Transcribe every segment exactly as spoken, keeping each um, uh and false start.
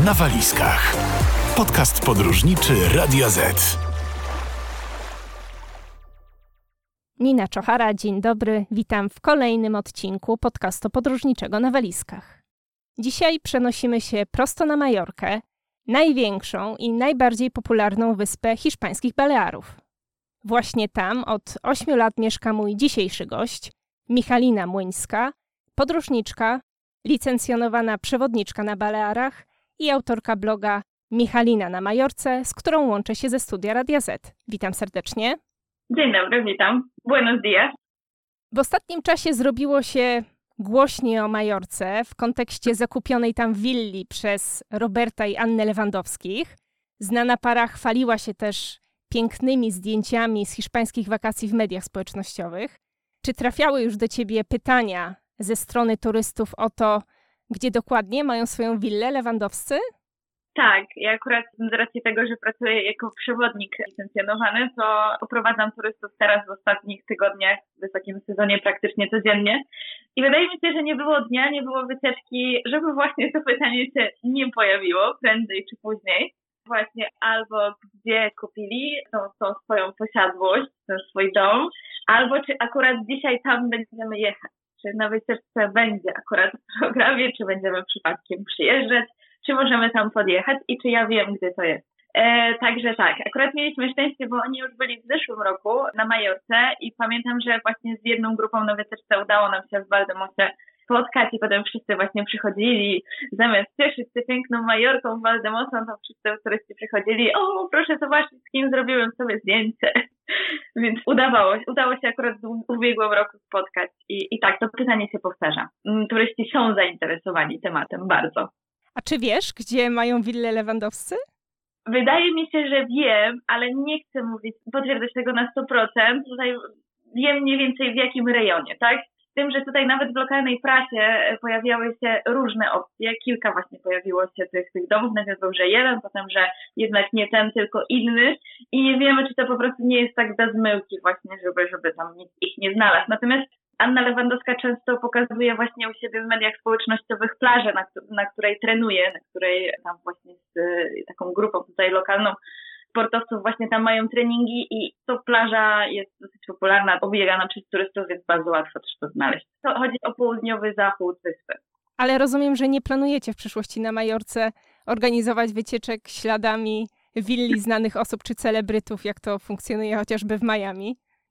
na walizkach. Podcast podróżniczy Radia Z. Nina Czochara, dzień dobry. Witam w kolejnym odcinku podcastu podróżniczego na walizkach. Dzisiaj przenosimy się prosto na Majorkę, największą i najbardziej popularną wyspę hiszpańskich Balearów. Właśnie tam od ośmiu lat mieszka mój dzisiejszy gość, Michalina Młyńska, podróżniczka, licencjonowana przewodniczka na Balearach i autorka bloga Michalina na Majorce, z którą łączę się ze studia Radia Z. Witam serdecznie. Dzień dobry, witam. Buenos días. W ostatnim czasie zrobiło się głośniej o Majorce w kontekście zakupionej tam willi przez Roberta i Annę Lewandowskich. Znana para chwaliła się też pięknymi zdjęciami z hiszpańskich wakacji w mediach społecznościowych. Czy trafiały już do ciebie pytania ze strony turystów o to, gdzie dokładnie mają swoją willę Lewandowscy? Tak, ja akurat z racji tego, że pracuję jako przewodnik licencjonowany, to oprowadzam turystów teraz w ostatnich tygodniach, w wysokim sezonie praktycznie codziennie. I wydaje mi się, że nie było dnia, nie było wycieczki, żeby właśnie to pytanie się nie pojawiło prędzej czy później. Właśnie albo gdzie kupili tą, tą swoją posiadłość, ten swój dom, albo czy akurat dzisiaj tam będziemy jechać. Czy na wycieczce będzie akurat w programie, czy będziemy przypadkiem przyjeżdżać, czy możemy tam podjechać i czy ja wiem, gdzie to jest. E, także tak, akurat mieliśmy szczęście, bo oni już byli w zeszłym roku na Majorce i pamiętam, że właśnie z jedną grupą na wycieczce udało nam się w Valdemosie spotkać i potem wszyscy właśnie przychodzili, zamiast cieszyć się piękną Majorką, Valdemosem, to wszyscy turyści przychodzili, o proszę zobaczyć, z kim zrobiłem sobie zdjęcie. Więc udawało się, udało się akurat w ubiegłym roku spotkać i, i tak, to pytanie się powtarza. Turyści są zainteresowani tematem bardzo. A czy wiesz, gdzie mają willę Lewandowscy? Wydaje mi się, że wiem, ale nie chcę mówić, potwierdzać tego na sto procent. Tutaj wiem mniej więcej w jakim rejonie, tak? Z tym, że tutaj nawet w lokalnej prasie pojawiały się różne opcje. Kilka właśnie pojawiło się tych, tych domów. Najpierw był, że jeden, potem, że jednak nie ten, tylko inny. I nie wiemy, czy to po prostu nie jest tak bez zmyłki właśnie, żeby, żeby tam nikt ich nie znalazł. Natomiast Anna Lewandowska często pokazuje właśnie u siebie w mediach społecznościowych plażę, na, na której trenuje, na której tam właśnie z y, taką grupą tutaj lokalną sportowców właśnie tam mają treningi i to plaża jest dosyć popularna, obiegana przez turystów, więc bardzo łatwo też to znaleźć. To chodzi o południowy zachód wyspy. Ale rozumiem, że nie planujecie w przyszłości na Majorce organizować wycieczek śladami willi znanych osób czy celebrytów, jak to funkcjonuje chociażby w Miami?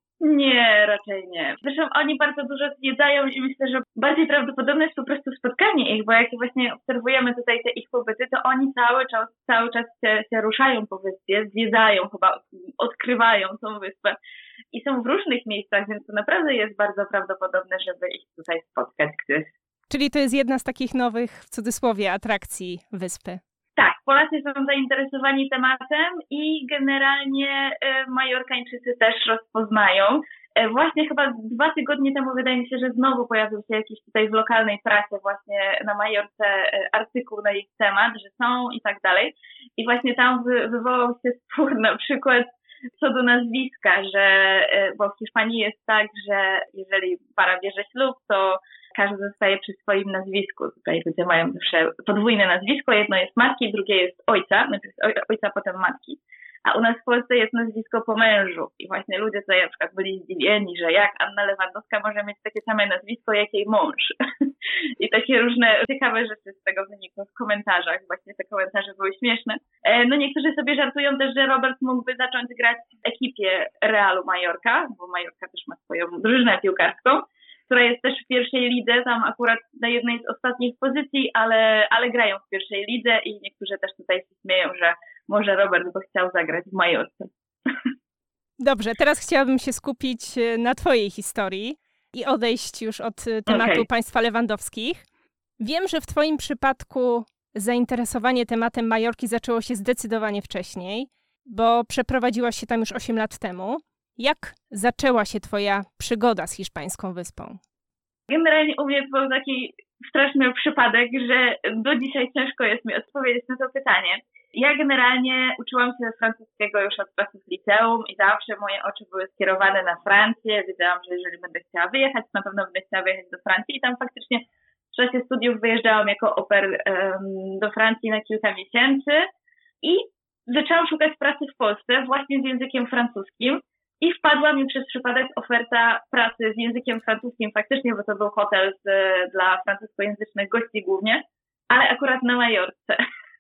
Nie, raczej nie. Zresztą oni bardzo dużo zwiedzają i myślę, że bardziej prawdopodobne jest po prostu spotkanie ich, bo jak właśnie obserwujemy tutaj te ich pobyty, to oni cały czas, cały czas się, się ruszają po wyspie, zwiedzają chyba, odkrywają tą wyspę i są w różnych miejscach, więc to naprawdę jest bardzo prawdopodobne, żeby ich tutaj spotkać gdzieś. Czyli to jest jedna z takich nowych, w cudzysłowie, atrakcji wyspy. Tak, Polacy są zainteresowani tematem i generalnie e, Majorkańczycy też rozpoznają. E, właśnie chyba dwa tygodnie temu wydaje mi się, że znowu pojawił się jakiś tutaj w lokalnej prasie właśnie na Majorce e, artykuł na ich temat, że są i tak dalej. I właśnie tam wy, wywołał się spór na przykład co do nazwiska, że e, bo w Hiszpanii jest tak, że jeżeli para bierze ślub, to każdy zostaje przy swoim nazwisku. Tutaj ludzie mają zawsze podwójne nazwisko. Jedno jest matki, drugie jest ojca. Najpierw ojca, potem matki. A u nas w Polsce jest nazwisko po mężu. I właśnie ludzie tutaj na przykład byli zdziwieni, że jak Anna Lewandowska może mieć takie same nazwisko, jak jej mąż. I takie różne ciekawe rzeczy z tego wynikły w komentarzach. Właśnie te komentarze były śmieszne. No niektórzy sobie żartują też, że Robert mógłby zacząć grać w ekipie Realu Majorka, bo Majorka też ma swoją drużynę piłkarską, która jest też w pierwszej lidze, tam akurat na jednej z ostatnich pozycji, ale, ale grają w pierwszej lidze i niektórzy też tutaj się śmieją, że może Robert by chciał zagrać w Majorce. Dobrze, teraz chciałabym się skupić na twojej historii i odejść już od tematu okay. państwa Lewandowskich. Wiem, że w twoim przypadku zainteresowanie tematem Majorki zaczęło się zdecydowanie wcześniej, bo przeprowadziłaś się tam już osiem lat temu. Jak zaczęła się twoja przygoda z hiszpańską wyspą? Generalnie u mnie był taki straszny przypadek, że do dzisiaj ciężko jest mi odpowiedzieć na to pytanie. Ja generalnie uczyłam się francuskiego już od czasów liceum i zawsze moje oczy były skierowane na Francję. Wiedziałam, że jeżeli będę chciała wyjechać, to na pewno będę chciała wyjechać do Francji i tam faktycznie w czasie studiów wyjeżdżałam jako au pair um, do Francji na kilka miesięcy i zaczęłam szukać pracy w Polsce właśnie z językiem francuskim i wpadła mi przez przypadek oferta pracy z językiem francuskim faktycznie, bo to był hotel z, dla francuskojęzycznych gości głównie, ale akurat na Majorce.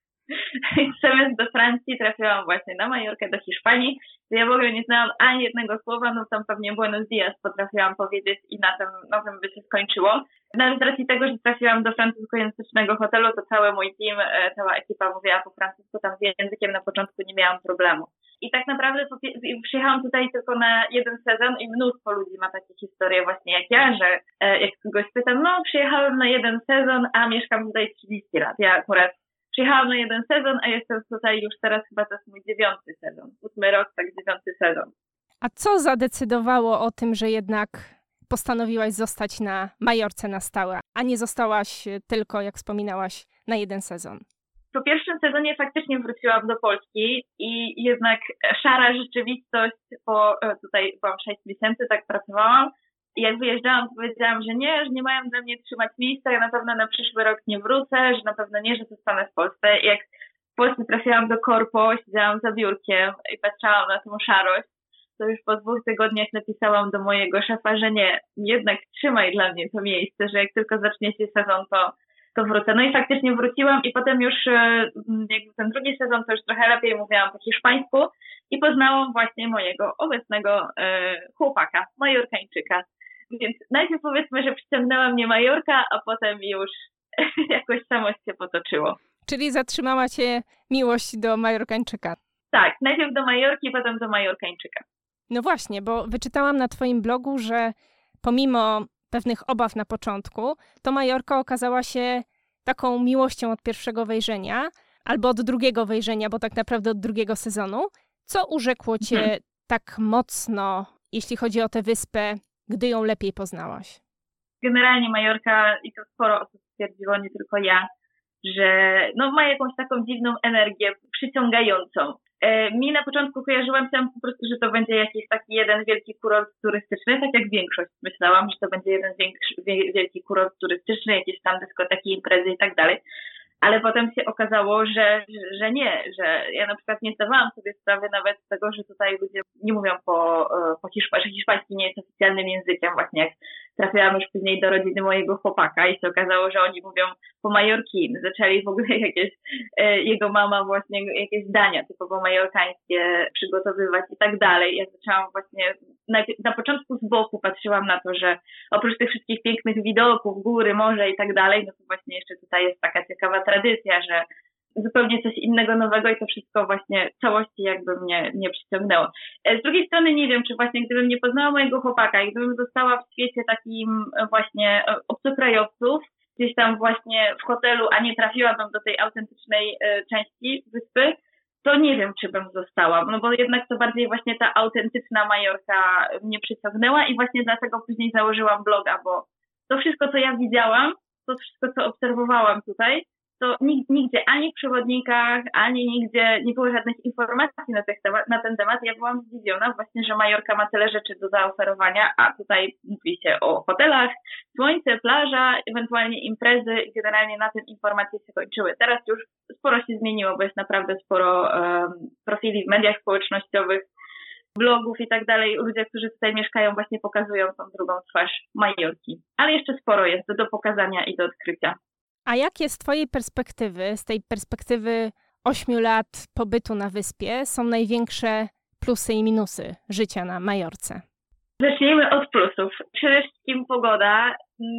I zamiast do Francji trafiłam właśnie na Majorkę, do Hiszpanii, gdzie ja w ogóle nie znałam ani jednego słowa, no tam pewnie Buenos Dias potrafiłam powiedzieć i na tym, na tym by się skończyło. Nawet z racji tego, że trafiłam do francuskojęzycznego hotelu, to cały mój team, cała ekipa mówiła po francusku, tam z językiem na początku nie miałam problemu. I tak naprawdę przyjechałam tutaj tylko na jeden sezon i mnóstwo ludzi ma takie historie właśnie jak ja, że jak kogoś pytam, no przyjechałem na jeden sezon, a mieszkam tutaj trzydzieści lat. Ja akurat przyjechałam na jeden sezon, a jestem tutaj już teraz chyba to jest mój dziewiąty sezon. Ósmy rok, tak dziewiąty sezon. A co zadecydowało o tym, że jednak postanowiłaś zostać na Majorce na stałe, a nie zostałaś tylko, jak wspominałaś, na jeden sezon? Po pierwszym sezonie faktycznie wróciłam do Polski i jednak szara rzeczywistość, bo tutaj byłam sześć miesięcy, tak pracowałam. I jak wyjeżdżałam, to powiedziałam, że nie, że nie mają dla mnie trzymać miejsca, ja na pewno na przyszły rok nie wrócę, że na pewno nie, że zostanę w Polsce. I jak w Polsce trafiłam do korpo, siedziałam za biurkiem i patrzałam na tą szarość, to już po dwóch tygodniach napisałam do mojego szefa, że nie, jednak trzymaj dla mnie to miejsce, że jak tylko zacznie się sezon, to, to wrócę. No i faktycznie wróciłam i potem już jakby ten drugi sezon to już trochę lepiej mówiłam po hiszpańsku i poznałam właśnie mojego obecnego e, chłopaka, Majorkańczyka. Więc najpierw powiedzmy, że przyciągnęła mnie Majorka, a potem już jakoś samo się potoczyło. Czyli zatrzymała cię miłość do Majorkańczyka. Tak, najpierw do Majorki, potem do Majorkańczyka. No właśnie, bo wyczytałam na twoim blogu, że pomimo pewnych obaw na początku, to Majorka okazała się taką miłością od pierwszego wejrzenia, albo od drugiego wejrzenia, bo tak naprawdę od drugiego sezonu. Co urzekło cię hmm. tak mocno, jeśli chodzi o tę wyspę, gdy ją lepiej poznałaś? Generalnie Majorka, i to sporo osób stwierdziło, nie tylko ja, że no ma jakąś taką dziwną energię, przyciągającą. E, mi na początku kojarzyłam się po prostu, że to będzie jakiś taki jeden wielki kurort turystyczny, tak jak większość myślałam, że to będzie jeden większy, wielki kurort turystyczny, jakieś tam dyskoteki, imprezy i tak dalej. Ale potem się okazało, że, że nie, że ja na przykład nie zdawałam sobie sprawy nawet z tego, że tutaj ludzie nie mówią po, po hiszpańsku, że hiszpański nie jest oficjalnym językiem. Właśnie jak trafiłam już później do rodziny mojego chłopaka i się okazało, że oni mówią po majorkin. Zaczęli w ogóle jakieś, jego mama właśnie jakieś dania typowo majorkańskie przygotowywać i tak dalej. Ja zaczęłam właśnie, na, na początku z boku patrzyłam na to, że oprócz tych wszystkich pięknych widoków, góry, morze i tak dalej, no to właśnie jeszcze tutaj jest taka ciekawa tradycja, że zupełnie coś innego, nowego i to wszystko właśnie w całości jakby mnie nie przyciągnęło. Z drugiej strony nie wiem, czy właśnie gdybym nie poznała mojego chłopaka i gdybym została w świecie takim właśnie obcokrajowców, gdzieś tam właśnie w hotelu, a nie trafiłabym do tej autentycznej części wyspy, to nie wiem, czy bym została, no bo jednak to bardziej właśnie ta autentyczna Majorka mnie przyciągnęła i właśnie dlatego później założyłam bloga, bo to wszystko, co ja widziałam, to wszystko, co obserwowałam tutaj, to nigdzie, ani w przewodnikach, ani nigdzie nie było żadnych informacji na, tych temat, na ten temat. Ja byłam zdziwiona właśnie, że Majorka ma tyle rzeczy do zaoferowania, a tutaj mówi się o hotelach, słońce, plaża, ewentualnie imprezy i generalnie na tym informacje się kończyły. Teraz już sporo się zmieniło, bo jest naprawdę sporo um, profili w mediach społecznościowych, blogów i tak dalej. Ludzie, którzy tutaj mieszkają, właśnie pokazują tą drugą twarz Majorki. Ale jeszcze sporo jest do, do pokazania i do odkrycia. A jakie z twojej perspektywy, z tej perspektywy ośmiu lat pobytu na wyspie, są największe plusy i minusy życia na Majorce? Zacznijmy od plusów. Przede wszystkim pogoda.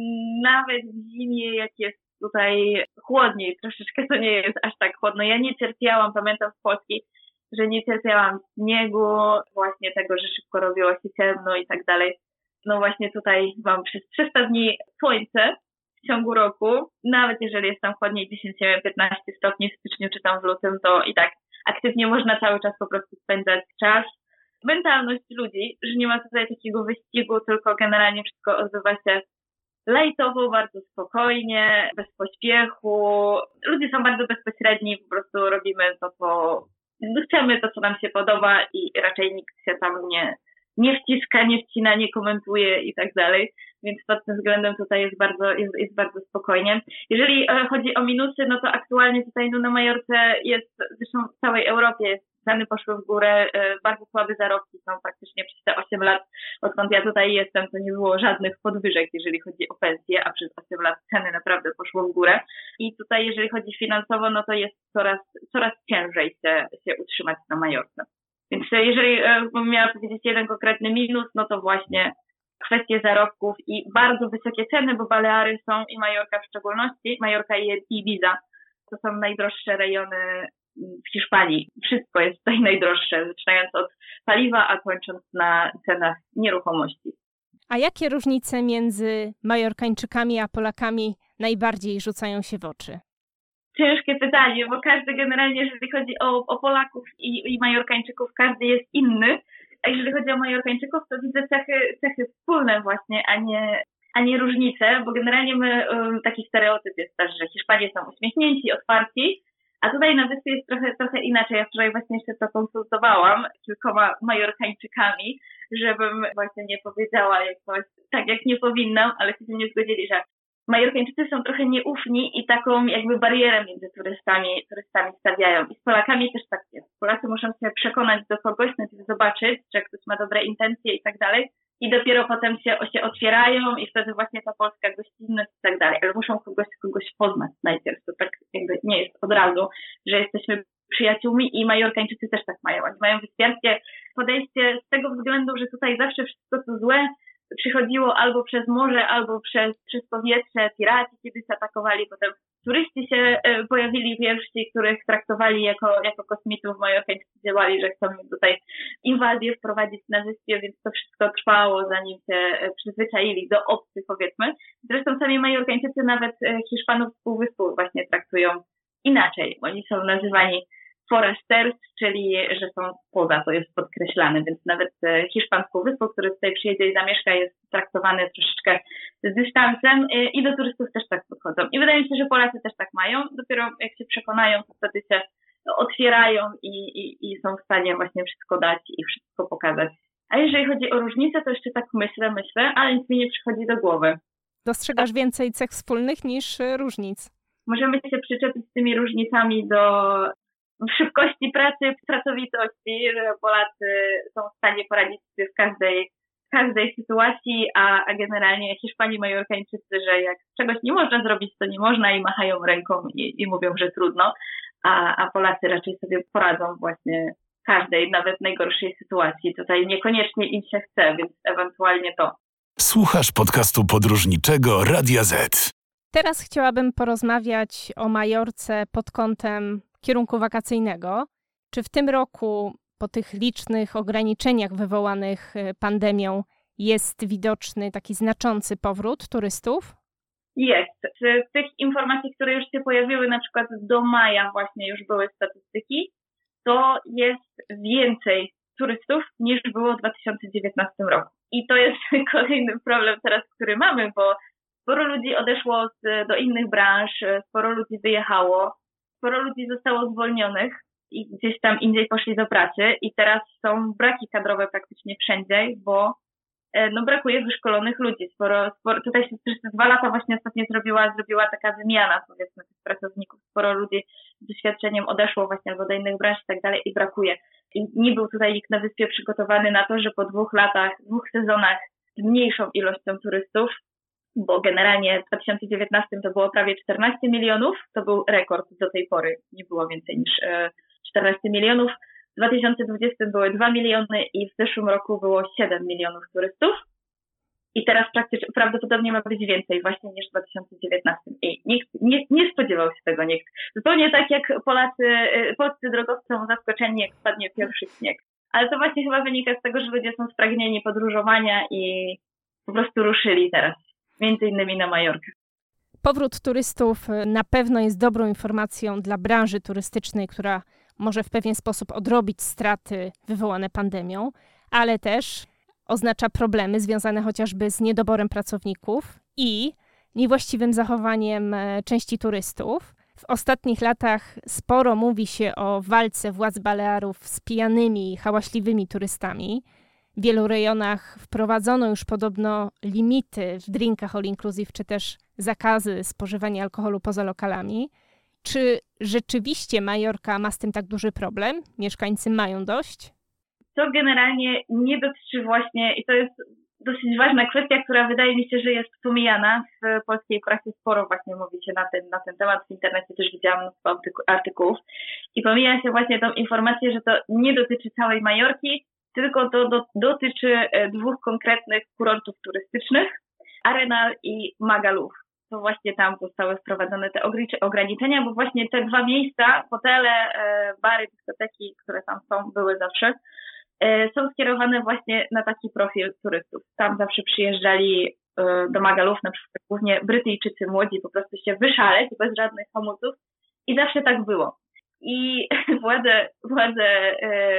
Nawet w zimie, jak jest tutaj chłodniej, troszeczkę to nie jest aż tak chłodno. Ja nie cierpiałam, pamiętam z Polski, że nie cierpiałam śniegu, właśnie tego, że szybko robiło się ciemno i tak dalej. No właśnie tutaj mam przez trzysta dni słońce w ciągu roku, nawet jeżeli jest tam chłodniej dziesięć piętnaście stopni w styczniu czy tam w lutym, to i tak aktywnie można cały czas po prostu spędzać czas. Mentalność ludzi, że nie ma tutaj takiego wyścigu, tylko generalnie wszystko odbywa się lajtowo, bardzo spokojnie, bez pośpiechu. Ludzie są bardzo bezpośredni, po prostu robimy to, co chcemy, to, co nam się podoba i raczej nikt się tam nie, nie wciska, nie wcina, nie komentuje i tak dalej. więc pod tym względem tutaj jest bardzo, jest, jest bardzo spokojnie. Jeżeli chodzi o minusy, no to aktualnie tutaj no, na Majorce jest, zresztą w całej Europie ceny poszły w górę, bardzo słabe zarobki są praktycznie przez te osiem lat, odkąd ja tutaj jestem, to nie było żadnych podwyżek, jeżeli chodzi o pensje, a przez osiem lat ceny naprawdę poszło w górę. I tutaj jeżeli chodzi finansowo, no to jest coraz, coraz ciężej się, się utrzymać na Majorce. Więc jeżeli bym miała powiedzieć jeden konkretny minus, no to właśnie kwestie zarobków i bardzo wysokie ceny, bo Baleary są i Majorka w szczególności, Majorka i Ibiza, to są najdroższe rejony w Hiszpanii. Wszystko jest tutaj najdroższe, zaczynając od paliwa, a kończąc na cenach nieruchomości. A jakie różnice między Majorkańczykami a Polakami najbardziej rzucają się w oczy? Ciężkie pytanie, bo każdy generalnie, jeżeli chodzi o, o Polaków i, i Majorkańczyków, każdy jest inny. A jeżeli chodzi o Majorkańczyków, to widzę cechy, cechy wspólne właśnie, a nie, a nie różnice, bo generalnie my, um, taki stereotyp jest też, że Hiszpanie są uśmiechnięci, otwarci, a tutaj na wyspie jest trochę, trochę inaczej. Ja wczoraj właśnie jeszcze to konsultowałam kilkoma Majorkańczykami, żebym właśnie nie powiedziała jakoś tak, jak nie powinnam, ale się nie zgodzili, że Majorkańczycy są trochę nieufni i taką jakby barierę między turystami, turystami stawiają. I z Polakami też tak jest. Polacy muszą się przekonać do kogoś, najpierw zobaczyć, że ktoś ma dobre intencje i tak dalej. I dopiero potem się, się otwierają i wtedy właśnie ta polska gościnność i tak dalej. Ale muszą kogoś, kogoś poznać najpierw. To tak jakby nie jest od razu, że jesteśmy przyjaciółmi i Majorkańczycy też tak mają. Oni mają wyspiarskie podejście z tego względu, że tutaj zawsze wszystko co złe przychodziło albo przez morze, albo przez, przez powietrze. Piraci kiedyś atakowali, potem turyści się e, pojawili pierwsi, których traktowali jako, jako kosmitów. Majorkańczycy działali, że chcą tutaj inwazję wprowadzić na wyspie, więc to wszystko trwało, zanim się e, przyzwyczaili do obcych, powiedzmy. Zresztą sami Majorkańczycy nawet e, Hiszpanów z półwyspu właśnie traktują inaczej. Oni są nazywani forasters, czyli że są poza, to jest podkreślane, więc nawet Hiszpan z półwyspu, który tutaj przyjedzie i zamieszka, jest traktowany troszeczkę z dystansem i do turystów też tak podchodzą. I wydaje mi się, że Polacy też tak mają, dopiero jak się przekonają, to wtedy się otwierają i, i, i są w stanie właśnie wszystko dać i wszystko pokazać. A jeżeli chodzi o różnice, to jeszcze tak myślę, myślę, ale nic mi nie przychodzi do głowy. Dostrzegasz więcej cech wspólnych niż różnic? Możemy się przyczepić z tymi różnicami do szybkości pracy, pracowitości, że Polacy są w stanie poradzić sobie w każdej, w każdej sytuacji, a, a generalnie Hiszpanii, Majorkańczycy, że jak czegoś nie można zrobić, to nie można i machają ręką i, i mówią, że trudno, a, a Polacy raczej sobie poradzą właśnie w każdej, nawet najgorszej sytuacji. Tutaj niekoniecznie im się chce, więc ewentualnie to. Słuchasz podcastu podróżniczego Radia Z. Teraz chciałabym porozmawiać o Majorce pod kątem kierunku wakacyjnego. Czy w tym roku, po tych licznych ograniczeniach wywołanych pandemią, jest widoczny taki znaczący powrót turystów? Jest. Z tych informacji, które już się pojawiły, na przykład do maja właśnie już były statystyki, to jest więcej turystów niż było w dwa tysiące dziewiętnastym roku. I to jest kolejny problem teraz, który mamy, bo sporo ludzi odeszło z, do innych branż, sporo ludzi wyjechało, sporo ludzi zostało zwolnionych i gdzieś tam indziej poszli do pracy i teraz są braki kadrowe praktycznie wszędzie, bo no, brakuje wyszkolonych ludzi. Sporo, sporo, tutaj się przez te dwa lata właśnie ostatnio zrobiła, zrobiła taka wymiana, powiedzmy, tych pracowników. Sporo ludzi z doświadczeniem odeszło właśnie albo do innych branż i tak dalej i brakuje. I nie był tutaj nikt na wyspie przygotowany na to, że po dwóch latach, dwóch sezonach z mniejszą ilością turystów, bo generalnie w dwa tysiące dziewiętnastym to było prawie czternaście milionów, to był rekord do tej pory, nie było więcej niż czternaście milionów. W dwa tysiące dwudziestym były dwa miliony i w zeszłym roku było siedem milionów turystów. I teraz praktycznie, prawdopodobnie ma być więcej właśnie niż w dwa tysiące dziewiętnastym. I nikt nie, nie spodziewał się tego nikt. Zupełnie tak jak Polacy, polscy drogowcy są zaskoczeni, jak spadnie pierwszy śnieg. Ale to właśnie chyba wynika z tego, że ludzie są spragnieni podróżowania i po prostu ruszyli teraz. Między innymi na Majorkę. Powrót turystów na pewno jest dobrą informacją dla branży turystycznej, która może w pewien sposób odrobić straty wywołane pandemią, ale też oznacza problemy związane chociażby z niedoborem pracowników i niewłaściwym zachowaniem części turystów. W ostatnich latach sporo mówi się o walce władz Balearów z pijanymi, hałaśliwymi turystami. W wielu rejonach wprowadzono już podobno limity w drinkach all inclusive, czy też zakazy spożywania alkoholu poza lokalami. Czy rzeczywiście Majorka ma z tym tak duży problem? Mieszkańcy mają dość? To generalnie nie dotyczy właśnie, i to jest dosyć ważna kwestia, która wydaje mi się, że jest pomijana w polskiej prasie. Sporo właśnie mówi się na ten, na ten temat. W internecie też widziałam mnóstwo artyku- artykułów. I pomija się właśnie tą informację, że to nie dotyczy całej Majorki, tylko to do, dotyczy dwóch konkretnych kurortów turystycznych, Arenal i Magaluf. To właśnie tam zostały wprowadzone te ograniczenia, bo właśnie te dwa miejsca, hotele, bary, dyskoteki, które tam są, były zawsze, są skierowane właśnie na taki profil turystów. Tam zawsze przyjeżdżali do Magaluf na przykład głównie Brytyjczycy młodzi, po prostu się wyszaleć bez żadnych hamulców i zawsze tak było. I władze, władze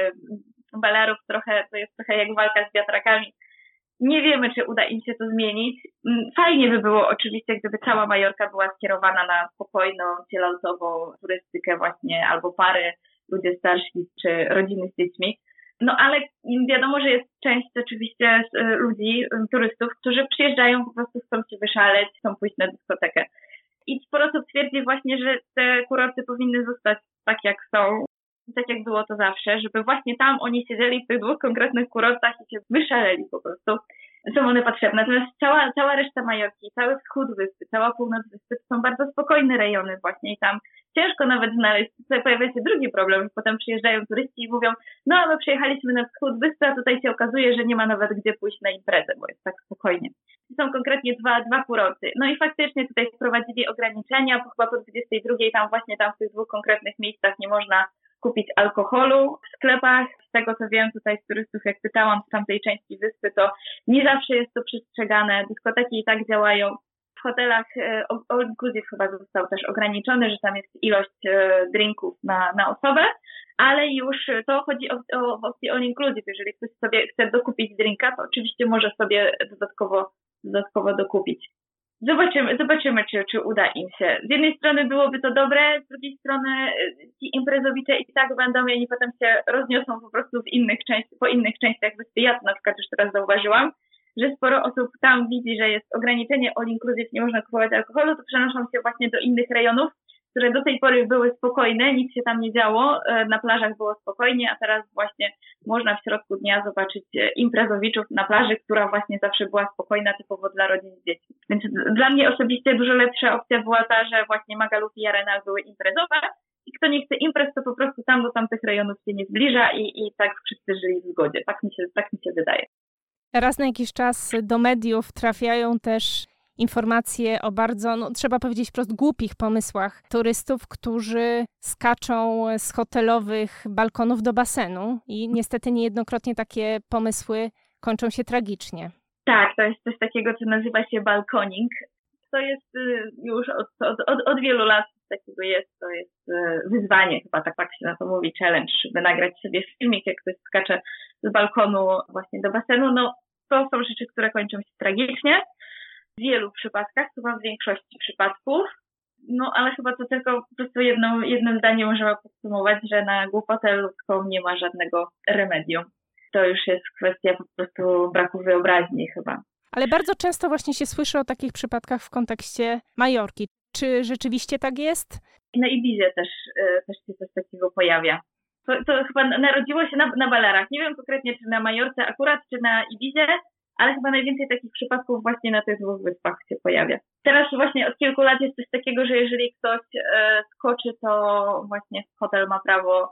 Balearów trochę, to jest trochę jak walka z wiatrakami. Nie wiemy, czy uda im się to zmienić. Fajnie by było oczywiście, gdyby cała Majorka była skierowana na spokojną, chilloutową turystykę właśnie, albo pary, ludzie starsi, czy rodziny z dziećmi. No ale wiadomo, że jest część oczywiście ludzi, turystów, którzy przyjeżdżają, po prostu chcą się wyszaleć, chcą pójść na dyskotekę. I sporo osób twierdzi właśnie, że te kurorty powinny zostać tak, jak są, tak jak było to zawsze, żeby właśnie tam oni siedzieli w tych dwóch konkretnych kurortach i się wyszaleli po prostu. Są one potrzebne. Natomiast cała, cała reszta Majorki, cały wschód wyspy, cała północ wyspy to są bardzo spokojne rejony właśnie i tam ciężko nawet znaleźć. Tutaj pojawia się drugi problem, że potem przyjeżdżają turyści i mówią, no my przyjechaliśmy na wschód wyspy, a tutaj się okazuje, że nie ma nawet gdzie pójść na imprezę, bo jest tak spokojnie. Są konkretnie dwa, dwa kurorty. No i faktycznie tutaj wprowadzili ograniczenia, bo chyba po dwudziestej drugiej tam właśnie tam w tych dwóch konkretnych miejscach nie można kupić alkoholu w sklepach. Z tego co wiem tutaj z turystów, jak pytałam z tamtej części wyspy, to nie zawsze jest to przestrzegane. Dyskoteki i tak działają. W hotelach all inclusive chyba został też ograniczony, że tam jest ilość drinków na, na osobę, ale już to chodzi o, o, o opcję all inclusive. Jeżeli ktoś sobie chce dokupić drinka, to oczywiście może sobie dodatkowo, dodatkowo dokupić. Zobaczymy, zobaczymy, czy, czy uda im się. Z jednej strony byłoby to dobre, z drugiej strony ci imprezowicze i tak będą i oni potem się rozniosą po prostu w innych częściach, po innych częściach wyspy. Ja to na przykład już teraz zauważyłam, że sporo osób tam widzi, że jest ograniczenie all inclusive, nie można kupować alkoholu, to przenoszą się właśnie do innych rejonów, które do tej pory były spokojne, nic się tam nie działo, na plażach było spokojnie, a teraz właśnie można w środku dnia zobaczyć imprezowiczów na plaży, która właśnie zawsze była spokojna, typowo dla rodzin z dziećmi. Więc dla mnie osobiście dużo lepsza opcja była ta, że właśnie Magaluf i Arenal były imprezowe i kto nie chce imprez, to po prostu tam do tamtych rejonów się nie zbliża i, i tak wszyscy żyli w zgodzie. Tak mi się, tak mi się wydaje. Raz na jakiś czas do mediów trafiają też informacje o bardzo, no trzeba powiedzieć wprost, głupich pomysłach turystów, którzy skaczą z hotelowych balkonów do basenu i niestety niejednokrotnie takie pomysły kończą się tragicznie. Tak, to jest coś takiego, co nazywa się balkoning. To jest już od, od, od, od wielu lat takiego jest, to jest wyzwanie, chyba tak, tak się na to mówi, challenge, żeby nagrać sobie filmik, jak ktoś skacze z balkonu właśnie do basenu. No to są rzeczy, które kończą się tragicznie. W wielu przypadkach, chyba w większości przypadków. No ale chyba to tylko po prostu jedną, jednym zdaniem możemy podsumować, że na głupotę ludzką nie ma żadnego remedium. To już jest kwestia po prostu braku wyobraźni chyba. Ale bardzo często właśnie się słyszy o takich przypadkach w kontekście Majorki. Czy rzeczywiście tak jest? Na Ibizie też, też się coś takiego pojawia. To, to chyba narodziło się na, na Balearach. Nie wiem konkretnie, czy na Majorce akurat, czy na Ibizie, ale chyba najwięcej takich przypadków właśnie na tych dwóch wyspach się pojawia. Teraz właśnie od kilku lat jest coś takiego, że jeżeli ktoś e, skoczy, to właśnie hotel ma prawo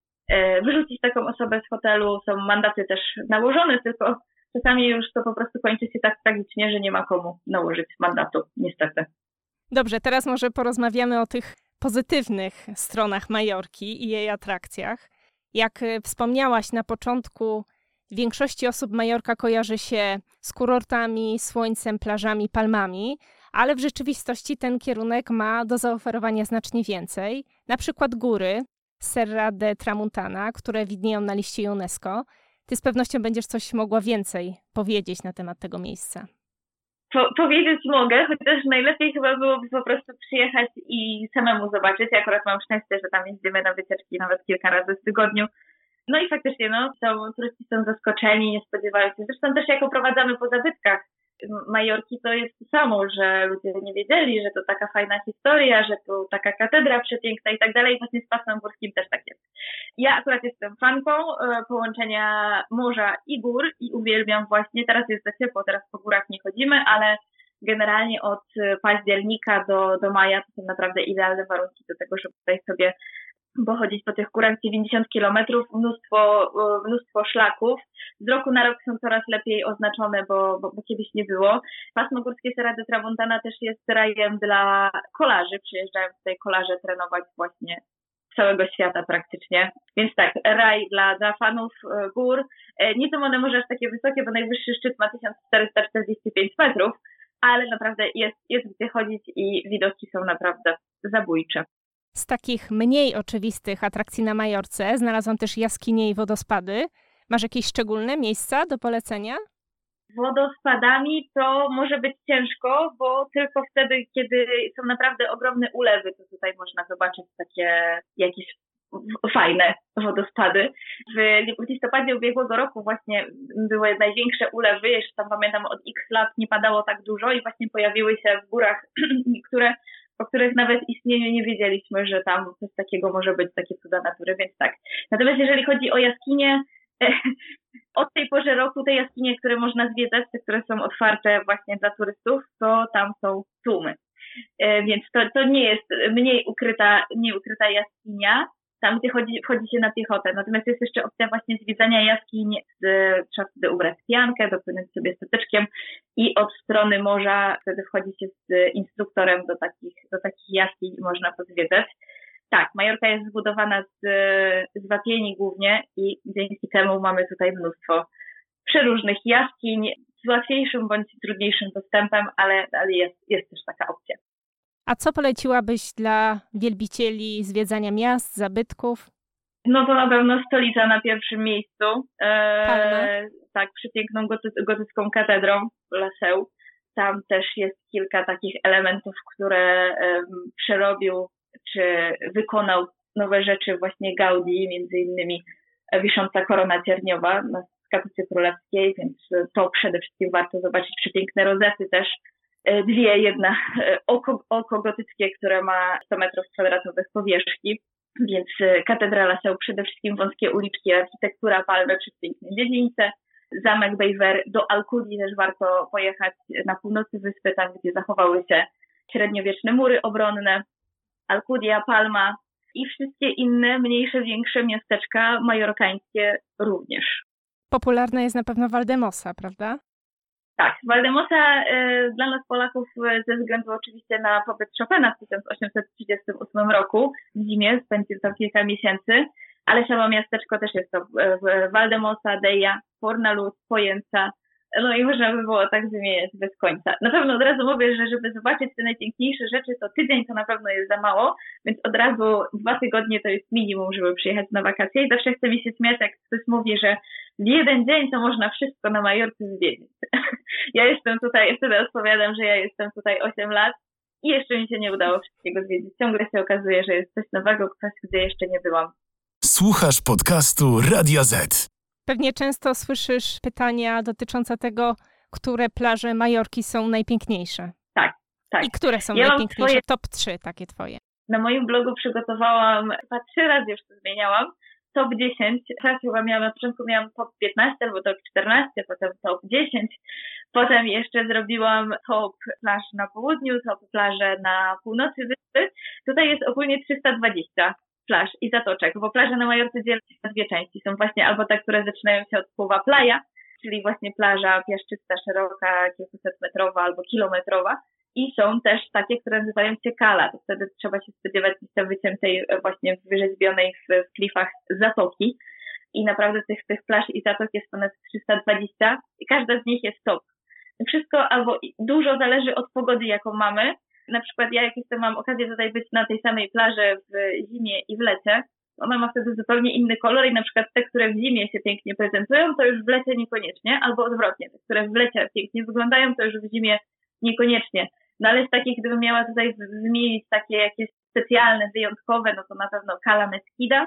e, wyrzucić taką osobę z hotelu. Są mandaty też nałożone, tylko czasami już to po prostu kończy się tak tragicznie, że nie ma komu nałożyć mandatu, niestety. Dobrze, teraz może porozmawiamy o tych pozytywnych stronach Majorki i jej atrakcjach. Jak wspomniałaś na początku, większości osób Majorka kojarzy się z kurortami, słońcem, plażami, palmami, ale w rzeczywistości ten kierunek ma do zaoferowania znacznie więcej. Na przykład góry Serra de Tramuntana, które widnieją na liście UNESCO. Ty z pewnością będziesz coś mogła więcej powiedzieć na temat tego miejsca. Po, powiedzieć mogę, chociaż najlepiej chyba byłoby po prostu przyjechać i samemu zobaczyć. Ja akurat mam szczęście, że tam jeździmy na wycieczki nawet kilka razy w tygodniu, No i faktycznie, no, są, turyści są zaskoczeni, nie spodziewają się. Zresztą też jak oprowadzamy po zabytkach Majorki, to jest to samo, że ludzie nie wiedzieli, że to taka fajna historia, że tu taka katedra przepiękna i tak dalej. Właśnie z pasmem górskim też tak jest. Ja akurat jestem fanką e, połączenia morza i gór i uwielbiam właśnie, teraz jest za ciepło, teraz po górach nie chodzimy, ale generalnie od października do, do maja to są naprawdę idealne warunki do tego, żeby tutaj sobie pochodzić po tych górach. Dziewięćdziesiąt kilometrów, mnóstwo, mnóstwo szlaków. Z roku na rok są coraz lepiej oznaczone, bo, bo, bo kiedyś nie było. Pasmo górskie Serra de Tramontana też jest rajem dla kolarzy. Przyjeżdżają tutaj kolarze trenować właśnie z całego świata praktycznie. Więc tak, raj dla, dla fanów gór. Nie są one może aż takie wysokie, bo najwyższy szczyt ma tysiąc czterysta czterdzieści pięć metrów, ale naprawdę jest, jest gdzie chodzić i widoki są naprawdę zabójcze. Z takich mniej oczywistych atrakcji na Majorce znalazłam też jaskinie i wodospady. Masz jakieś szczególne miejsca do polecenia? Wodospadami to może być ciężko, bo tylko wtedy, kiedy są naprawdę ogromne ulewy, to tutaj można zobaczyć takie jakieś fajne wodospady. W listopadzie ubiegłego roku właśnie były największe ulewy, jeszcze tam pamiętam od X lat nie padało tak dużo i właśnie pojawiły się w górach niektóre, o których nawet istnieniu nie wiedzieliśmy, że tam coś takiego może być, takie cuda natury, więc tak. Natomiast jeżeli chodzi o jaskinie, od tej porze roku te jaskinie, które można zwiedzać, te, które są otwarte właśnie dla turystów, to tam są tłumy. Więc to, to nie jest mniej ukryta, mniej ukryta jaskinia, tam gdzie chodzi, wchodzi się na piechotę. Natomiast jest jeszcze opcja właśnie zwiedzania jaskiń, z, trzeba wtedy ubrać piankę, dopłynąć sobie stateczkiem i od strony morza wtedy wchodzi się z instruktorem do takich, do takich jaskiń i można pozwiedzać. Tak, Majorka jest zbudowana z, z wapieni głównie i dzięki temu mamy tutaj mnóstwo przeróżnych jaskiń z łatwiejszym bądź trudniejszym dostępem, ale, ale jest, jest też taka opcja. A co poleciłabyś dla wielbicieli zwiedzania miast, zabytków? No to na pewno stolica na pierwszym miejscu. Eee, tak, przepiękną goty- gotycką katedrą La Seu. Tam też jest kilka takich elementów, które um, przerobił czy wykonał nowe rzeczy właśnie Gaudí, między innymi wisząca korona cierniowa na kaplicy królewskiej, więc to przede wszystkim warto zobaczyć. Przepiękne rozety też. Dwie, jedna oko, oko gotyckie, które ma sto metrów kwadratowych powierzchni, więc katedra La Seu, przede wszystkim wąskie uliczki, architektura palmy, przepiękne dziedzińce. Zamek Bejver, do Alcudi też warto pojechać na północy wyspy, tam gdzie zachowały się średniowieczne mury obronne. Alcudia, Palma i wszystkie inne, mniejsze, większe miasteczka majorkańskie również. Popularna jest na pewno Valdemosa, prawda? Tak, Valdemosa y, dla nas Polaków y, ze względu oczywiście na pobyt Chopina w tysiąc osiemset trzydziestym ósmym roku w zimie, spędził tam kilka miesięcy, ale samo miasteczko też jest to y, Valdemosa, Deia, Fornaluz, Pojenca, no i można by było tak wymieniać bez końca. Na pewno od razu mówię, że żeby zobaczyć te najpiękniejsze rzeczy, to tydzień to na pewno jest za mało, więc od razu dwa tygodnie to jest minimum, żeby przyjechać na wakacje i zawsze chce mi się śmiać, jak ktoś mówi, że w jeden dzień to można wszystko na Majorce zwiedzić. Ja jestem tutaj, wtedy odpowiadam, że ja jestem tutaj osiem lat i jeszcze mi się nie udało wszystkiego zwiedzić. Ciągle się okazuje, że jest coś nowego, coś, gdzie jeszcze nie byłam. Słuchasz podcastu Radia Z. Pewnie często słyszysz pytania dotyczące tego, które plaże Majorki są najpiękniejsze. Tak, tak. I które są ja najpiękniejsze? Swoje... Top trzy takie twoje. Na moim blogu przygotowałam, chyba trzy razy już to zmieniałam, top dziesięć. Teraz chyba miałam, na początku miałam top piętnaście albo top czternaście, potem top dziesięć. Potem jeszcze zrobiłam top plaż na południu, top plaże na północy wyspy. Tutaj jest ogólnie trzysta dwadzieścia plaż i zatoczek, bo plaże na Majorce dzielą się na dwie części. Są właśnie albo te, które zaczynają się od słowa playa, czyli właśnie plaża piaszczysta, szeroka, kilkusetmetrowa albo kilometrowa. I są też takie, które nazywają się cala. To wtedy trzeba się spodziewać gdzieś wyciętej, właśnie wyrzeźbionej w, w klifach zatoki. I naprawdę tych, tych plaż i zatok jest ponad trzysta dwadzieścia i każda z nich jest top. Wszystko albo dużo zależy od pogody, jaką mamy. Na przykład ja jak jestem, mam okazję tutaj być na tej samej plaży w zimie i w lecie, ona ma wtedy zupełnie inny kolor i na przykład te, które w zimie się pięknie prezentują, to już w lecie niekoniecznie, albo odwrotnie, te, które w lecie pięknie wyglądają, to już w zimie niekoniecznie. No ale z takich, gdybym miała tutaj wymienić takie jakieś specjalne, wyjątkowe, no to na pewno Cala Mesquida,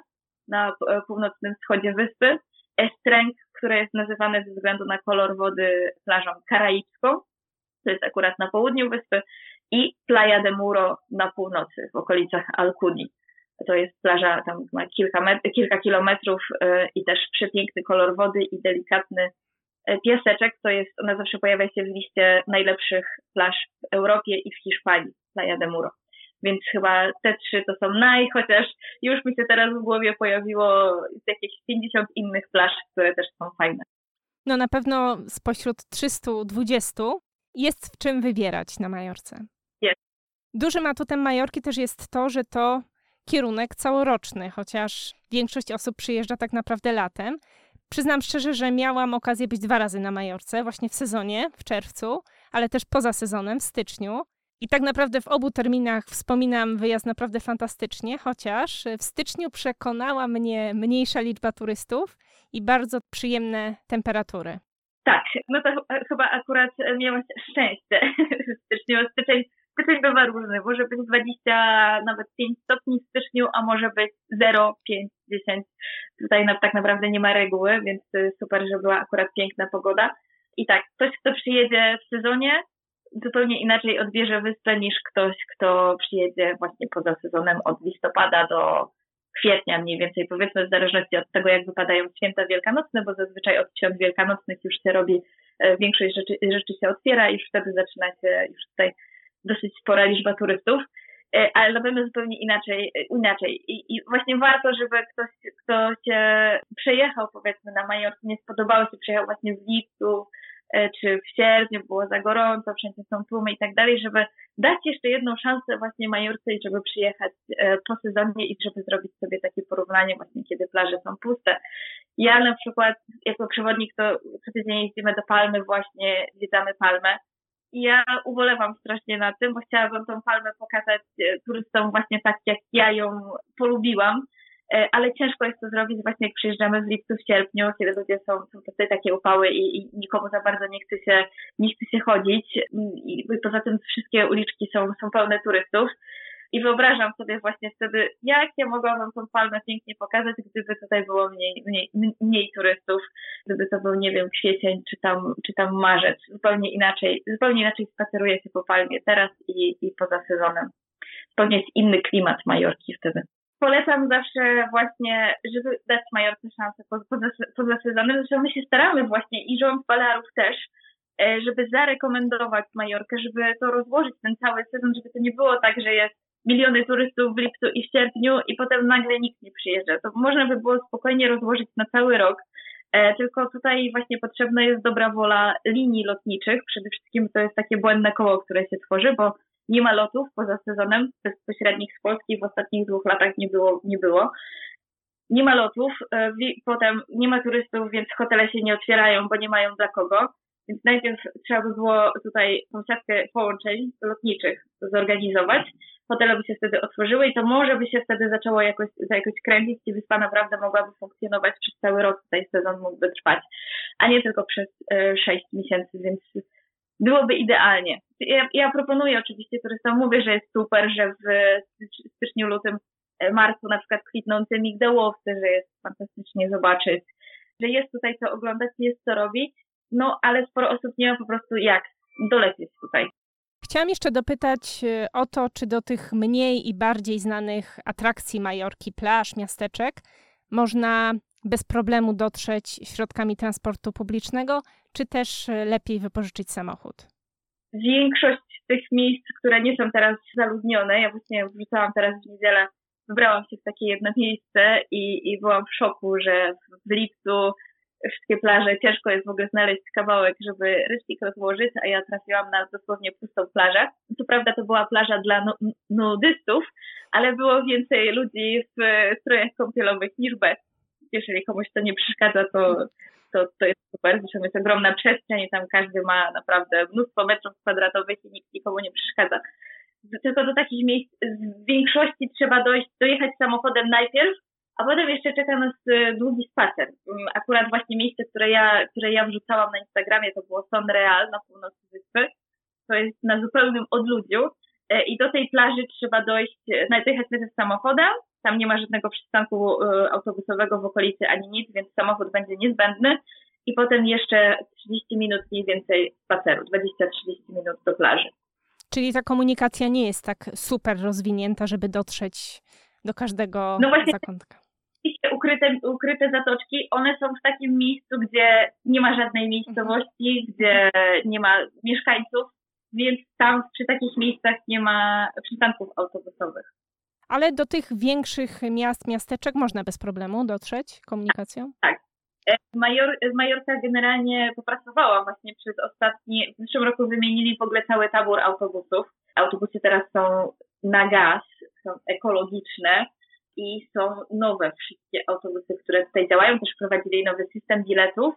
na północnym wschodzie wyspy, Estrenc, które jest nazywane ze względu na kolor wody plażą karaibską, to jest akurat na południu wyspy, i Playa de Muro na północy, w okolicach Alcudi. To jest plaża, tam ma kilka, met- kilka kilometrów yy, i też przepiękny kolor wody i delikatny yy, piaseczek. To jest, ona zawsze pojawia się w liście najlepszych plaż w Europie i w Hiszpanii, Playa de Muro. Więc chyba te trzy to są naj, chociaż już mi się teraz w głowie pojawiło jakieś pięćdziesiąt innych plaż, które też są fajne. No na pewno spośród trzystu dwudziestu jest w czym wybierać na Majorce. Jest. Dużym atutem Majorki też jest to, że to kierunek całoroczny, chociaż większość osób przyjeżdża tak naprawdę latem. Przyznam szczerze, że miałam okazję być dwa razy na Majorce, właśnie w sezonie, w czerwcu, ale też poza sezonem, w styczniu. I tak naprawdę w obu terminach wspominam wyjazd naprawdę fantastycznie, chociaż w styczniu przekonała mnie mniejsza liczba turystów i bardzo przyjemne temperatury. Tak, no to chyba akurat miałaś szczęście w styczniu. Styczeń, styczeń bywa różny. Może być dwadzieścia, nawet pięć stopni w styczniu, a może być zero, pięć, dziesięć. Tutaj na, tak naprawdę nie ma reguły, więc super, że była akurat piękna pogoda. I tak, ktoś, kto przyjedzie w sezonie, zupełnie inaczej odbierze wyspę niż ktoś, kto przyjedzie właśnie poza sezonem od listopada do kwietnia mniej więcej, powiedzmy, w zależności od tego, jak wypadają święta wielkanocne, bo zazwyczaj od świąt wielkanocnych już się robi, większość rzeczy, rzeczy się otwiera i już wtedy zaczyna się już tutaj dosyć spora liczba turystów, ale na pewno zupełnie inaczej. inaczej. I, I właśnie warto, żeby ktoś, kto się przejechał, powiedzmy, na Majorce, nie spodobało się, przyjechał właśnie w lipcu, czy w sierpniu, było za gorąco, wszędzie są tłumy i tak dalej, żeby dać jeszcze jedną szansę właśnie Majorce i żeby przyjechać po sezonie i żeby zrobić sobie takie porównanie właśnie, kiedy plaże są puste. Ja na przykład jako przewodnik to co tydzień jeździmy do Palmy, właśnie zwiedzamy Palmę i ja ubolewam strasznie na tym, bo chciałabym tą Palmę pokazać turystom właśnie tak, jak ja ją polubiłam, ale ciężko jest to zrobić właśnie jak przyjeżdżamy w lipcu, w sierpniu, kiedy ludzie są, są tutaj takie upały i, i nikomu za bardzo nie chce się, nie chce się chodzić i, i poza tym wszystkie uliczki są, są pełne turystów i wyobrażam sobie właśnie wtedy, jak ja mogłabym tą Palmę pięknie pokazać, gdyby tutaj było mniej, mniej, mniej turystów, gdyby to był, nie wiem, kwiecień czy tam, czy tam marzec, zupełnie inaczej, zupełnie inaczej spaceruje się po Palmie teraz i, i poza sezonem. Zupełnie jest inny klimat Majorki wtedy. Polecam zawsze właśnie, żeby dać Majorce szansę poza, poza sezonem. Zresztą my się staramy właśnie i rząd Balarów też, żeby zarekomendować Majorkę, żeby to rozłożyć ten cały sezon, żeby to nie było tak, że jest miliony turystów w lipcu i w sierpniu i potem nagle nikt nie przyjeżdża. To można by było spokojnie rozłożyć na cały rok. Tylko tutaj właśnie potrzebna jest dobra wola linii lotniczych. Przede wszystkim to jest takie błędne koło, które się tworzy, bo nie ma lotów poza sezonem bezpośrednich z Polski, w ostatnich dwóch latach nie było. Nie było. Nie ma lotów, potem nie ma turystów, więc hotele się nie otwierają, bo nie mają dla kogo. Więc najpierw trzeba by było tutaj tą siatkę połączeń lotniczych zorganizować. Hotele by się wtedy otworzyły i to może by się wtedy zaczęło jakoś, jakoś kręcić i wyspa naprawdę mogłaby funkcjonować przez cały rok. Tutaj sezon mógłby trwać, a nie tylko przez e, sześć miesięcy, więc byłoby idealnie. Ja, ja proponuję oczywiście turystom, mówię, że jest super, że w styczniu, lutym, marcu na przykład kwitnące migdałowce, że jest fantastycznie zobaczyć, że jest tutaj co oglądać, jest co robić, no ale sporo osób nie ma po prostu jak dolecieć tutaj. Chciałam jeszcze dopytać o to, czy do tych mniej i bardziej znanych atrakcji Majorki, plaż, miasteczek można bez problemu dotrzeć środkami transportu publicznego, czy też lepiej wypożyczyć samochód? Większość tych miejsc, które nie są teraz zaludnione, ja właśnie wrzucałam teraz w niedzielę, wybrałam się w takie jedno miejsce i, i byłam w szoku, że w lipcu wszystkie plaże, ciężko jest w ogóle znaleźć kawałek, żeby rysik rozłożyć, a ja trafiłam na dosłownie pustą plażę. Co prawda to była plaża dla nu- nudystów, ale było więcej ludzi w strojach kąpielowych niż bez. Jeżeli komuś to nie przeszkadza, to, to, to jest super. Zresztą jest ogromna przestrzeń i tam każdy ma naprawdę mnóstwo metrów kwadratowych i nikt nikomu nie przeszkadza. Tylko do takich miejsc w większości trzeba dojść, dojechać samochodem najpierw, a potem jeszcze czeka nas długi spacer. Akurat właśnie miejsce, które ja, które ja wrzucałam na Instagramie, to było Son Real na północy wyspy. To jest na zupełnym odludziu i do tej plaży trzeba dojść, dojechać najpierw samochodem, tam nie ma żadnego przystanku autobusowego w okolicy ani nic, więc samochód będzie niezbędny i potem jeszcze trzydzieści minut mniej więcej spaceru, dwadzieścia do trzydziestu minut do plaży. Czyli ta komunikacja nie jest tak super rozwinięta, żeby dotrzeć do każdego no właśnie, zakątka. Ukryte, ukryte zatoczki, one są w takim miejscu, gdzie nie ma żadnej miejscowości, gdzie nie ma mieszkańców, więc tam przy takich miejscach nie ma przystanków autobusowych. Ale do tych większych miast, miasteczek można bez problemu dotrzeć komunikacją? Tak. Major, Majorka generalnie popracowała właśnie przez ostatnie, w zeszłym roku wymienili w ogóle cały tabor autobusów. Autobusy teraz są na gaz, są ekologiczne i są nowe wszystkie autobusy, które tutaj działają. Też wprowadzili nowy system biletów,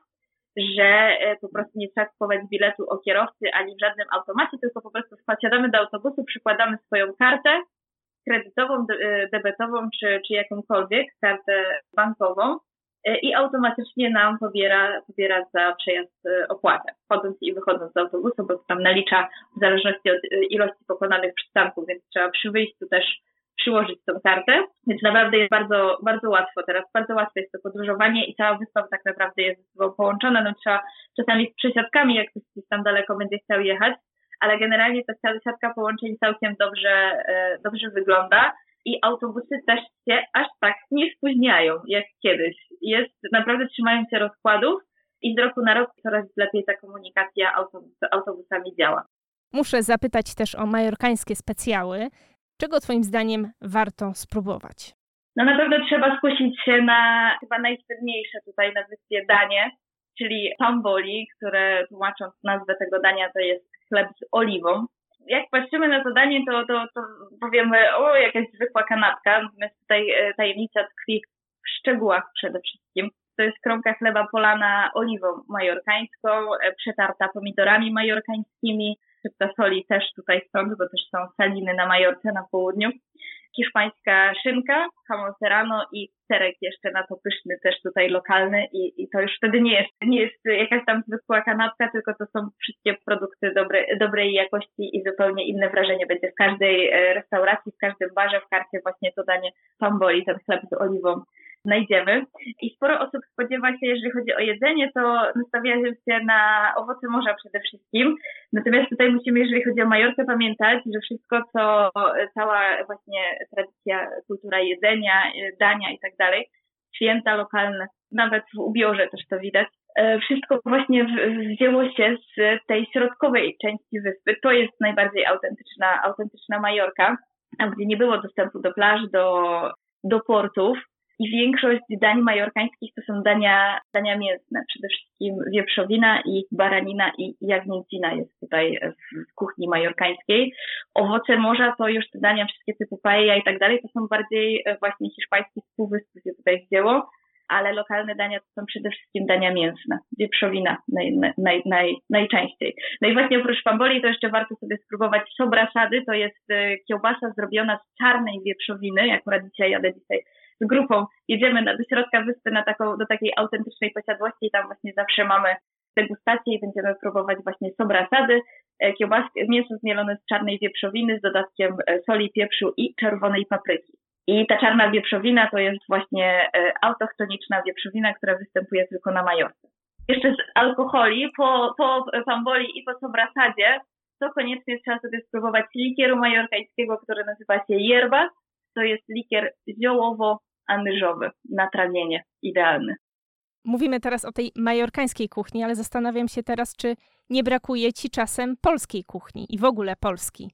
że po prostu nie trzeba kupować biletu o kierowcy ani w żadnym automacie, tylko po prostu wsiadamy do autobusu, przykładamy swoją kartę kredytową, debetową czy, czy jakąkolwiek, kartę bankową i automatycznie nam pobiera, pobiera za przejazd opłatę, wchodząc i wychodząc z autobusu, bo tam nalicza w zależności od ilości pokonanych przystanków, więc trzeba przy wyjściu też przyłożyć tą kartę, więc naprawdę jest bardzo, bardzo łatwo teraz, bardzo łatwe jest to podróżowanie i cała wyspa tak naprawdę jest ze sobą połączona, no trzeba czasami z przesiadkami, jak ktoś gdzieś tam daleko będzie chciał jechać, ale generalnie ta cała siatka połączeń całkiem dobrze, dobrze wygląda i autobusy też się aż tak nie spóźniają jak kiedyś. Jest, naprawdę trzymają się rozkładów i z roku na rok coraz lepiej ta komunikacja autobus, autobusami działa. Muszę zapytać też o majorkańskie specjały. Czego twoim zdaniem warto spróbować? No na pewno trzeba skusić się na chyba najsłynniejsze tutaj na wyspie danie, czyli tamboli, które tłumacząc nazwę tego dania to jest chleb z oliwą. Jak patrzymy na to danie, to, to, to powiemy, o, jakaś zwykła kanapka, natomiast tutaj tajemnica tkwi w szczegółach przede wszystkim. To jest kromka chleba polana oliwą majorkańską, przetarta pomidorami majorkańskimi, szczypta soli też tutaj stąd, bo też są saliny na Majorce na południu. Hiszpańska szynka, jamon serrano i serek jeszcze na to pyszny, też tutaj lokalny i, i to już wtedy nie jest, nie jest jakaś tam zwykła kanapka, tylko to są wszystkie produkty dobre, dobrej jakości i zupełnie inne wrażenie będzie w każdej restauracji, w każdym barze, w karcie właśnie to danie tamboli, ten chleb z oliwą znajdziemy. I sporo osób spodziewa się, jeżeli chodzi o jedzenie, to nastawia się na owoce morza przede wszystkim. Natomiast tutaj musimy, jeżeli chodzi o Majorkę, pamiętać, że wszystko, co cała właśnie tradycja, kultura jedzenia, dania i tak dalej, święta lokalne, nawet w ubiorze też to widać, wszystko właśnie wzięło się z tej środkowej części wyspy. To jest najbardziej autentyczna, autentyczna Majorka, tam gdzie nie było dostępu do plaż, do, do portów. I większość dań majorkańskich to są dania, dania mięsne, przede wszystkim wieprzowina i baranina i jagnięcina jest tutaj w kuchni majorkańskiej. Owoce morza to już te dania wszystkie typu paella i tak dalej, to są bardziej właśnie hiszpańskie z półwyspu się tutaj wzięło, ale lokalne dania to są przede wszystkim dania mięsne, wieprzowina naj, naj, naj, najczęściej. No i właśnie oprócz tamboli to jeszcze warto sobie spróbować sobrasady, to jest kiełbasa zrobiona z czarnej wieprzowiny, akurat dzisiaj jadę dzisiaj z grupą, jedziemy na, do środka wyspy na taką, do takiej autentycznej posiadłości i tam właśnie zawsze mamy degustację i będziemy próbować właśnie sobrasady, kiełbaski, mięso zmielone z czarnej wieprzowiny z dodatkiem soli, pieprzu i czerwonej papryki. I ta czarna wieprzowina to jest właśnie autochtoniczna wieprzowina, która występuje tylko na Majorce. Jeszcze z alkoholi, po, po tamboli i po sobrasadzie, to koniecznie trzeba sobie spróbować likieru majorkańskiego, który nazywa się yerbas. To jest likier ziołowo-anyżowy na trawienie, idealny. Mówimy teraz o tej majorkańskiej kuchni, ale zastanawiam się teraz, czy nie brakuje ci czasem polskiej kuchni i w ogóle Polski?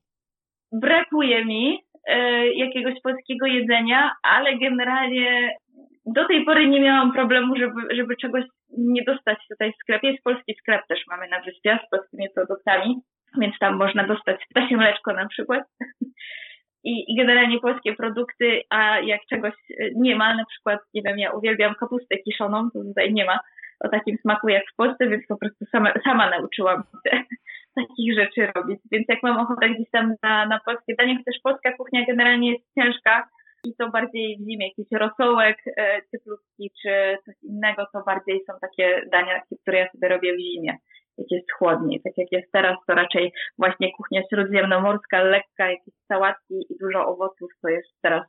Brakuje mi e, jakiegoś polskiego jedzenia, ale generalnie do tej pory nie miałam problemu, żeby, żeby czegoś nie dostać tutaj w sklepie. Jest polski sklep też mamy na wyspie z polskimi produktami, więc tam można dostać ptasie mleczko na przykład. I, I generalnie polskie produkty, a jak czegoś nie ma, na przykład, nie wiem, ja uwielbiam kapustę kiszoną, to tutaj nie ma o takim smaku jak w Polsce, więc po prostu sama, sama nauczyłam się takich rzeczy robić. Więc jak mam ochotę gdzieś tam na, na polskie danie, też polska kuchnia generalnie jest ciężka i to bardziej w zimie, jakiś rosołek e, cypluski czy coś innego, to bardziej są takie dania, które ja sobie robię w zimie. Jak jest chłodniej. Tak jak jest teraz, to raczej właśnie kuchnia śródziemnomorska, lekka, jakieś sałatki i dużo owoców, to jest teraz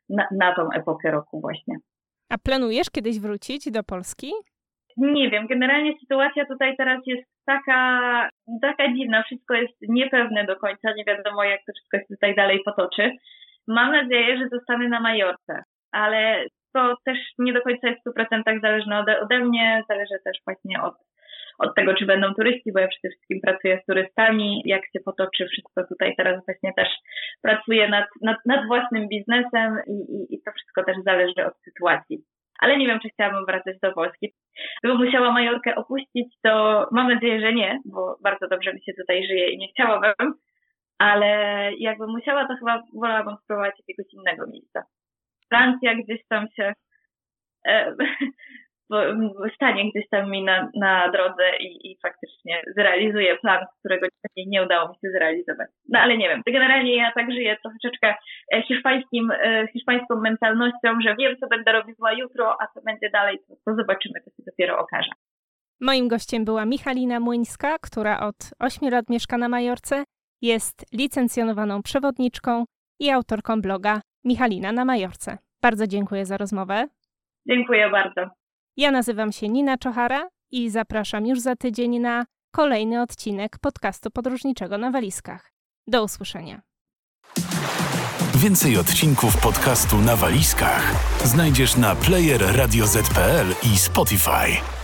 na, na tą epokę roku właśnie. A planujesz kiedyś wrócić do Polski? Nie wiem, generalnie sytuacja tutaj teraz jest taka, taka dziwna, wszystko jest niepewne do końca, nie wiadomo jak to wszystko się tutaj dalej potoczy. Mam nadzieję, że zostanę na Majorce, ale to też nie do końca jest w stu procentach zależne ode, ode mnie, zależy też właśnie od, od tego, czy będą turyści, bo ja przede wszystkim pracuję z turystami, jak się potoczy wszystko tutaj teraz właśnie też pracuję nad, nad, nad własnym biznesem i, i, i to wszystko też zależy od sytuacji. Ale nie wiem, czy chciałabym wracać do Polski. Gdybym musiała Majorkę opuścić, to mam nadzieję, że nie, bo bardzo dobrze mi się tutaj żyje i nie chciałabym, ale jakbym musiała, to chyba wolałabym spróbować jakiegoś innego miejsca. Francja gdzieś tam się e, stanie gdzieś tam mi na, na drodze i, i faktycznie zrealizuję plan, którego nie udało mi się zrealizować. No ale nie wiem, generalnie ja tak żyję troszeczkę hiszpańskim, hiszpańską mentalnością, że wiem, co będę robiła jutro, a co będzie dalej, to, to zobaczymy, to się dopiero okaże. Moim gościem była Michalina Młyńska, która od ośmiu lat mieszka na Majorce, jest licencjonowaną przewodniczką i autorką bloga Michalina na Majorce. Bardzo dziękuję za rozmowę. Dziękuję bardzo. Ja nazywam się Nina Czochara i zapraszam już za tydzień na kolejny odcinek podcastu podróżniczego na walizkach. Do usłyszenia. Więcej odcinków podcastu na walizkach znajdziesz na player radio zet kropka pe el i Spotify.